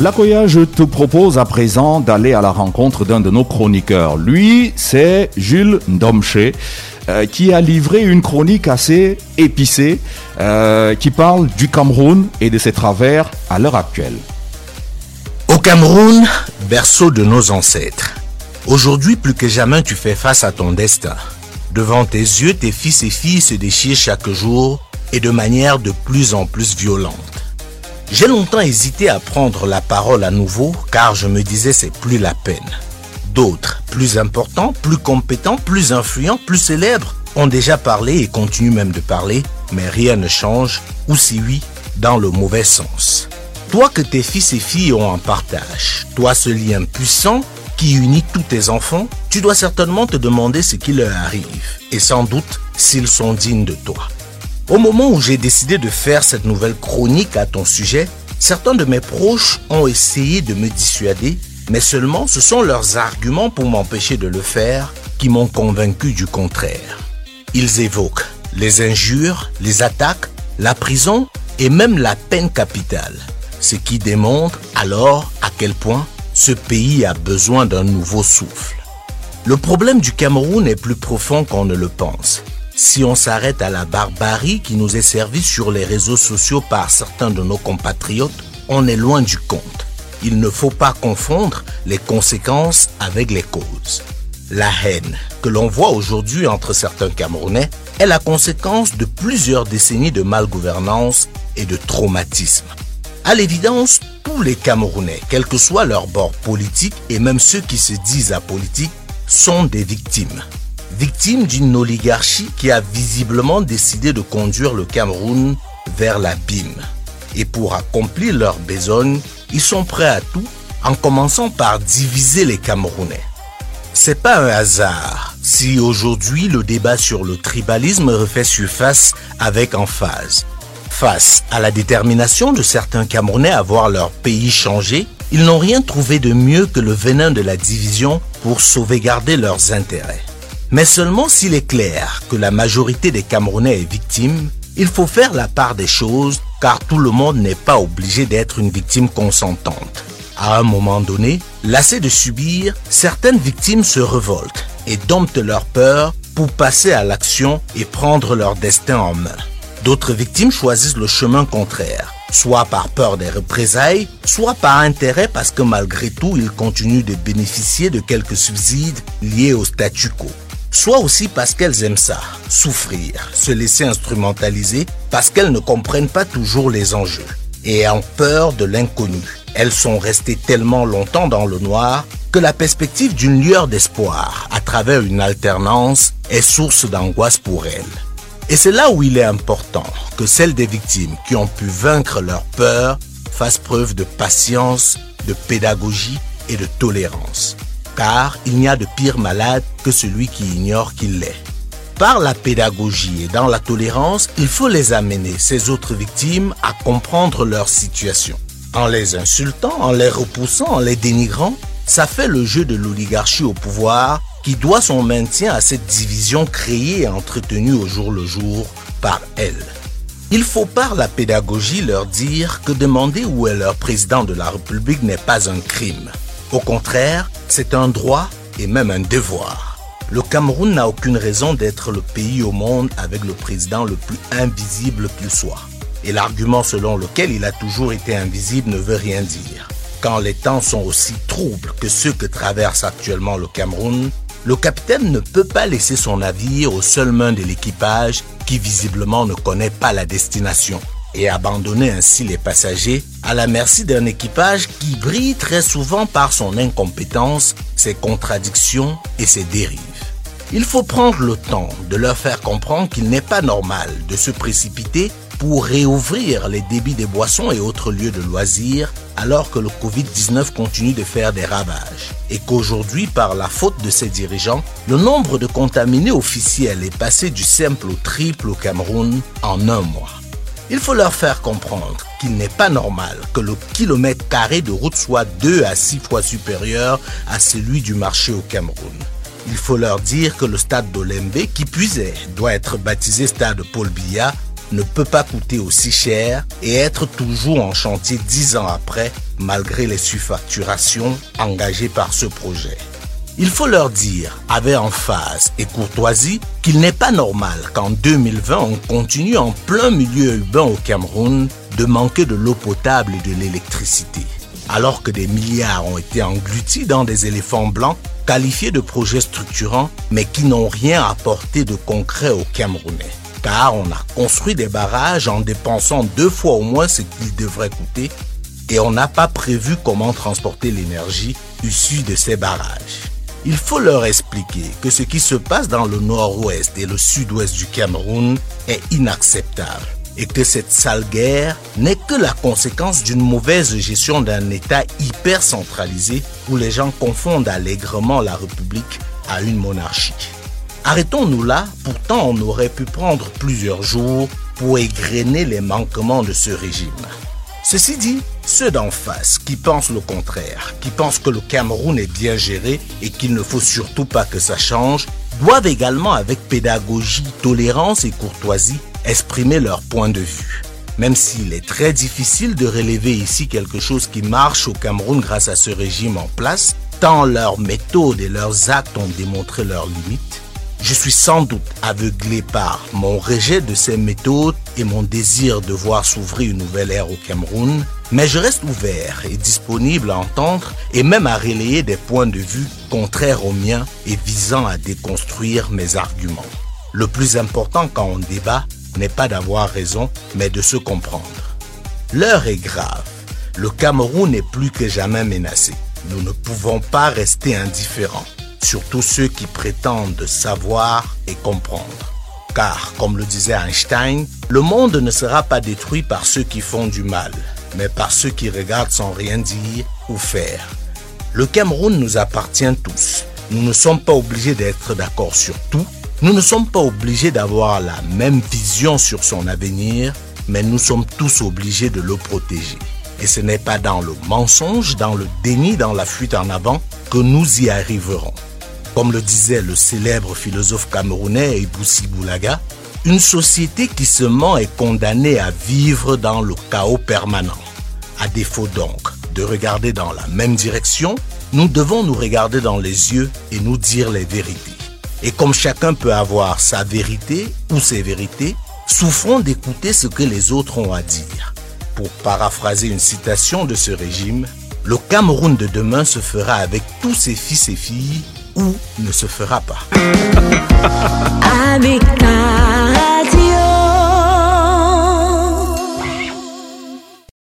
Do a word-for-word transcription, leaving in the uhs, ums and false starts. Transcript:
Lakoya, je te propose à présent d'aller à la rencontre d'un de nos chroniqueurs. Lui, c'est Jules Ndomché, euh, qui a livré une chronique assez épicée, euh, qui parle du Cameroun et de ses travers à l'heure actuelle. Au Cameroun, berceau de nos ancêtres. Aujourd'hui, plus que jamais, tu fais face à ton destin. Devant tes yeux, tes fils et filles se déchirent chaque jour et de manière de plus en plus violente. J'ai longtemps hésité à prendre la parole à nouveau car je me disais c'est plus la peine. D'autres, plus importants, plus compétents, plus influents, plus célèbres, ont déjà parlé et continuent même de parler, mais rien ne change, ou si oui, dans le mauvais sens. Toi que tes fils et filles ont en partage, toi ce lien puissant qui unit tous tes enfants, tu dois certainement te demander ce qui leur arrive et sans doute s'ils sont dignes de toi. Au moment où j'ai décidé de faire cette nouvelle chronique à ton sujet, certains de mes proches ont essayé de me dissuader, mais seulement ce sont leurs arguments pour m'empêcher de le faire qui m'ont convaincu du contraire. Ils évoquent les injures, les attaques, la prison et même la peine capitale, ce qui démontre alors à quel point ce pays a besoin d'un nouveau souffle. Le problème du Cameroun est plus profond qu'on ne le pense. Si on s'arrête à la barbarie qui nous est servie sur les réseaux sociaux par certains de nos compatriotes, on est loin du compte. Il ne faut pas confondre les conséquences avec les causes. La haine que l'on voit aujourd'hui entre certains Camerounais est la conséquence de plusieurs décennies de malgouvernance et de traumatisme. À l'évidence, tous les Camerounais, quel que soit leur bord politique et même ceux qui se disent apolitiques, sont des victimes. Victimes d'une oligarchie qui a visiblement décidé de conduire le Cameroun vers l'abîme. Et pour accomplir leur besogne, ils sont prêts à tout, en commençant par diviser les Camerounais. C'est pas un hasard si aujourd'hui le débat sur le tribalisme refait surface avec emphase. Face à la détermination de certains Camerounais à voir leur pays changer, ils n'ont rien trouvé de mieux que le venin de la division pour sauvegarder leurs intérêts. Mais seulement s'il est clair que la majorité des Camerounais est victime, il faut faire la part des choses car tout le monde n'est pas obligé d'être une victime consentante. À un moment donné, lassées de subir, certaines victimes se révoltent et domptent leur peur pour passer à l'action et prendre leur destin en main. D'autres victimes choisissent le chemin contraire, soit par peur des représailles, soit par intérêt parce que malgré tout, ils continuent de bénéficier de quelques subsides liés au statu quo. Soit aussi parce qu'elles aiment ça, souffrir, se laisser instrumentaliser parce qu'elles ne comprennent pas toujours les enjeux et ont peur de l'inconnu. Elles sont restées tellement longtemps dans le noir que la perspective d'une lueur d'espoir à travers une alternance est source d'angoisse pour elles. Et c'est là où il est important que celles des victimes qui ont pu vaincre leur peur fassent preuve de patience, de pédagogie et de tolérance. Car il n'y a de pire malade que celui qui ignore qu'il l'est. Par la pédagogie et dans la tolérance, il faut les amener, ces autres victimes, à comprendre leur situation. En les insultant, en les repoussant, en les dénigrant, ça fait le jeu de l'oligarchie au pouvoir qui doit son maintien à cette division créée et entretenue au jour le jour par elle. Il faut par la pédagogie leur dire que demander où est leur président de la République n'est pas un crime. Au contraire, c'est un droit et même un devoir. Le Cameroun n'a aucune raison d'être le pays au monde avec le président le plus invisible qu'il soit. Et l'argument selon lequel il a toujours été invisible ne veut rien dire. Quand les temps sont aussi troubles que ceux que traverse actuellement le Cameroun, le capitaine ne peut pas laisser son navire aux seules mains de l'équipage qui visiblement ne connaît pas la destination et abandonner ainsi les passagers à la merci d'un équipage qui brille très souvent par son incompétence, ses contradictions et ses dérives. Il faut prendre le temps de leur faire comprendre qu'il n'est pas normal de se précipiter pour réouvrir les débits des boissons et autres lieux de loisirs alors que le covid dix-neuf continue de faire des ravages et qu'aujourd'hui, par la faute de ses dirigeants, le nombre de contaminés officiels est passé du simple au triple au Cameroun en un mois. Il faut leur faire comprendre qu'il n'est pas normal que le kilomètre carré de route soit deux à six fois supérieur à celui du marché au Cameroun. Il faut leur dire que le stade d'Olembe, qui puisait, doit être baptisé stade Paul Biya, ne peut pas coûter aussi cher et être toujours en chantier dix ans après, malgré les surfacturations engagées par ce projet. Il faut leur dire, avec emphase et courtoisie, qu'il n'est pas normal qu'en deux mille vingt, on continue en plein milieu urbain au Cameroun de manquer de l'eau potable et de l'électricité, alors que des milliards ont été engloutis dans des éléphants blancs qualifiés de projets structurants, mais qui n'ont rien apporté de concret aux Camerounais. Car on a construit des barrages en dépensant deux fois au moins ce qu'ils devraient coûter, et on n'a pas prévu comment transporter l'énergie issue de ces barrages. Il faut leur expliquer que ce qui se passe dans le nord-ouest et le sud-ouest du Cameroun est inacceptable et que cette sale guerre n'est que la conséquence d'une mauvaise gestion d'un État hyper centralisé où les gens confondent allègrement la République à une monarchie. Arrêtons-nous là, pourtant on aurait pu prendre plusieurs jours pour égrener les manquements de ce régime. Ceci dit, ceux d'en face qui pensent le contraire, qui pensent que le Cameroun est bien géré et qu'il ne faut surtout pas que ça change, doivent également avec pédagogie, tolérance et courtoisie exprimer leur point de vue. Même s'il est très difficile de relever ici quelque chose qui marche au Cameroun grâce à ce régime en place, tant leurs méthodes et leurs actes ont démontré leurs limites, je suis sans doute aveuglé par mon rejet de ces méthodes et mon désir de voir s'ouvrir une nouvelle ère au Cameroun, mais je reste ouvert et disponible à entendre et même à relayer des points de vue contraires aux miens et visant à déconstruire mes arguments. Le plus important quand on débat n'est pas d'avoir raison, mais de se comprendre. L'heure est grave. Le Cameroun est plus que jamais menacé. Nous ne pouvons pas rester indifférents. Surtout ceux qui prétendent savoir et comprendre. Car, comme le disait Einstein, le monde ne sera pas détruit par ceux qui font du mal, mais par ceux qui regardent sans rien dire ou faire. Le Cameroun nous appartient tous. Nous ne sommes pas obligés d'être d'accord sur tout. Nous ne sommes pas obligés d'avoir la même vision sur son avenir, mais nous sommes tous obligés de le protéger. Et ce n'est pas dans le mensonge, dans le déni, dans la fuite en avant que nous y arriverons. Comme le disait le célèbre philosophe camerounais Iboussi Boulaga, une société qui se ment est condamnée à vivre dans le chaos permanent. À défaut donc de regarder dans la même direction, nous devons nous regarder dans les yeux et nous dire les vérités. Et comme chacun peut avoir sa vérité ou ses vérités, souffrons d'écouter ce que les autres ont à dire. Pour paraphraser une citation de ce régime, le Cameroun de demain se fera avec tous ses fils et filles ou ne se fera pas.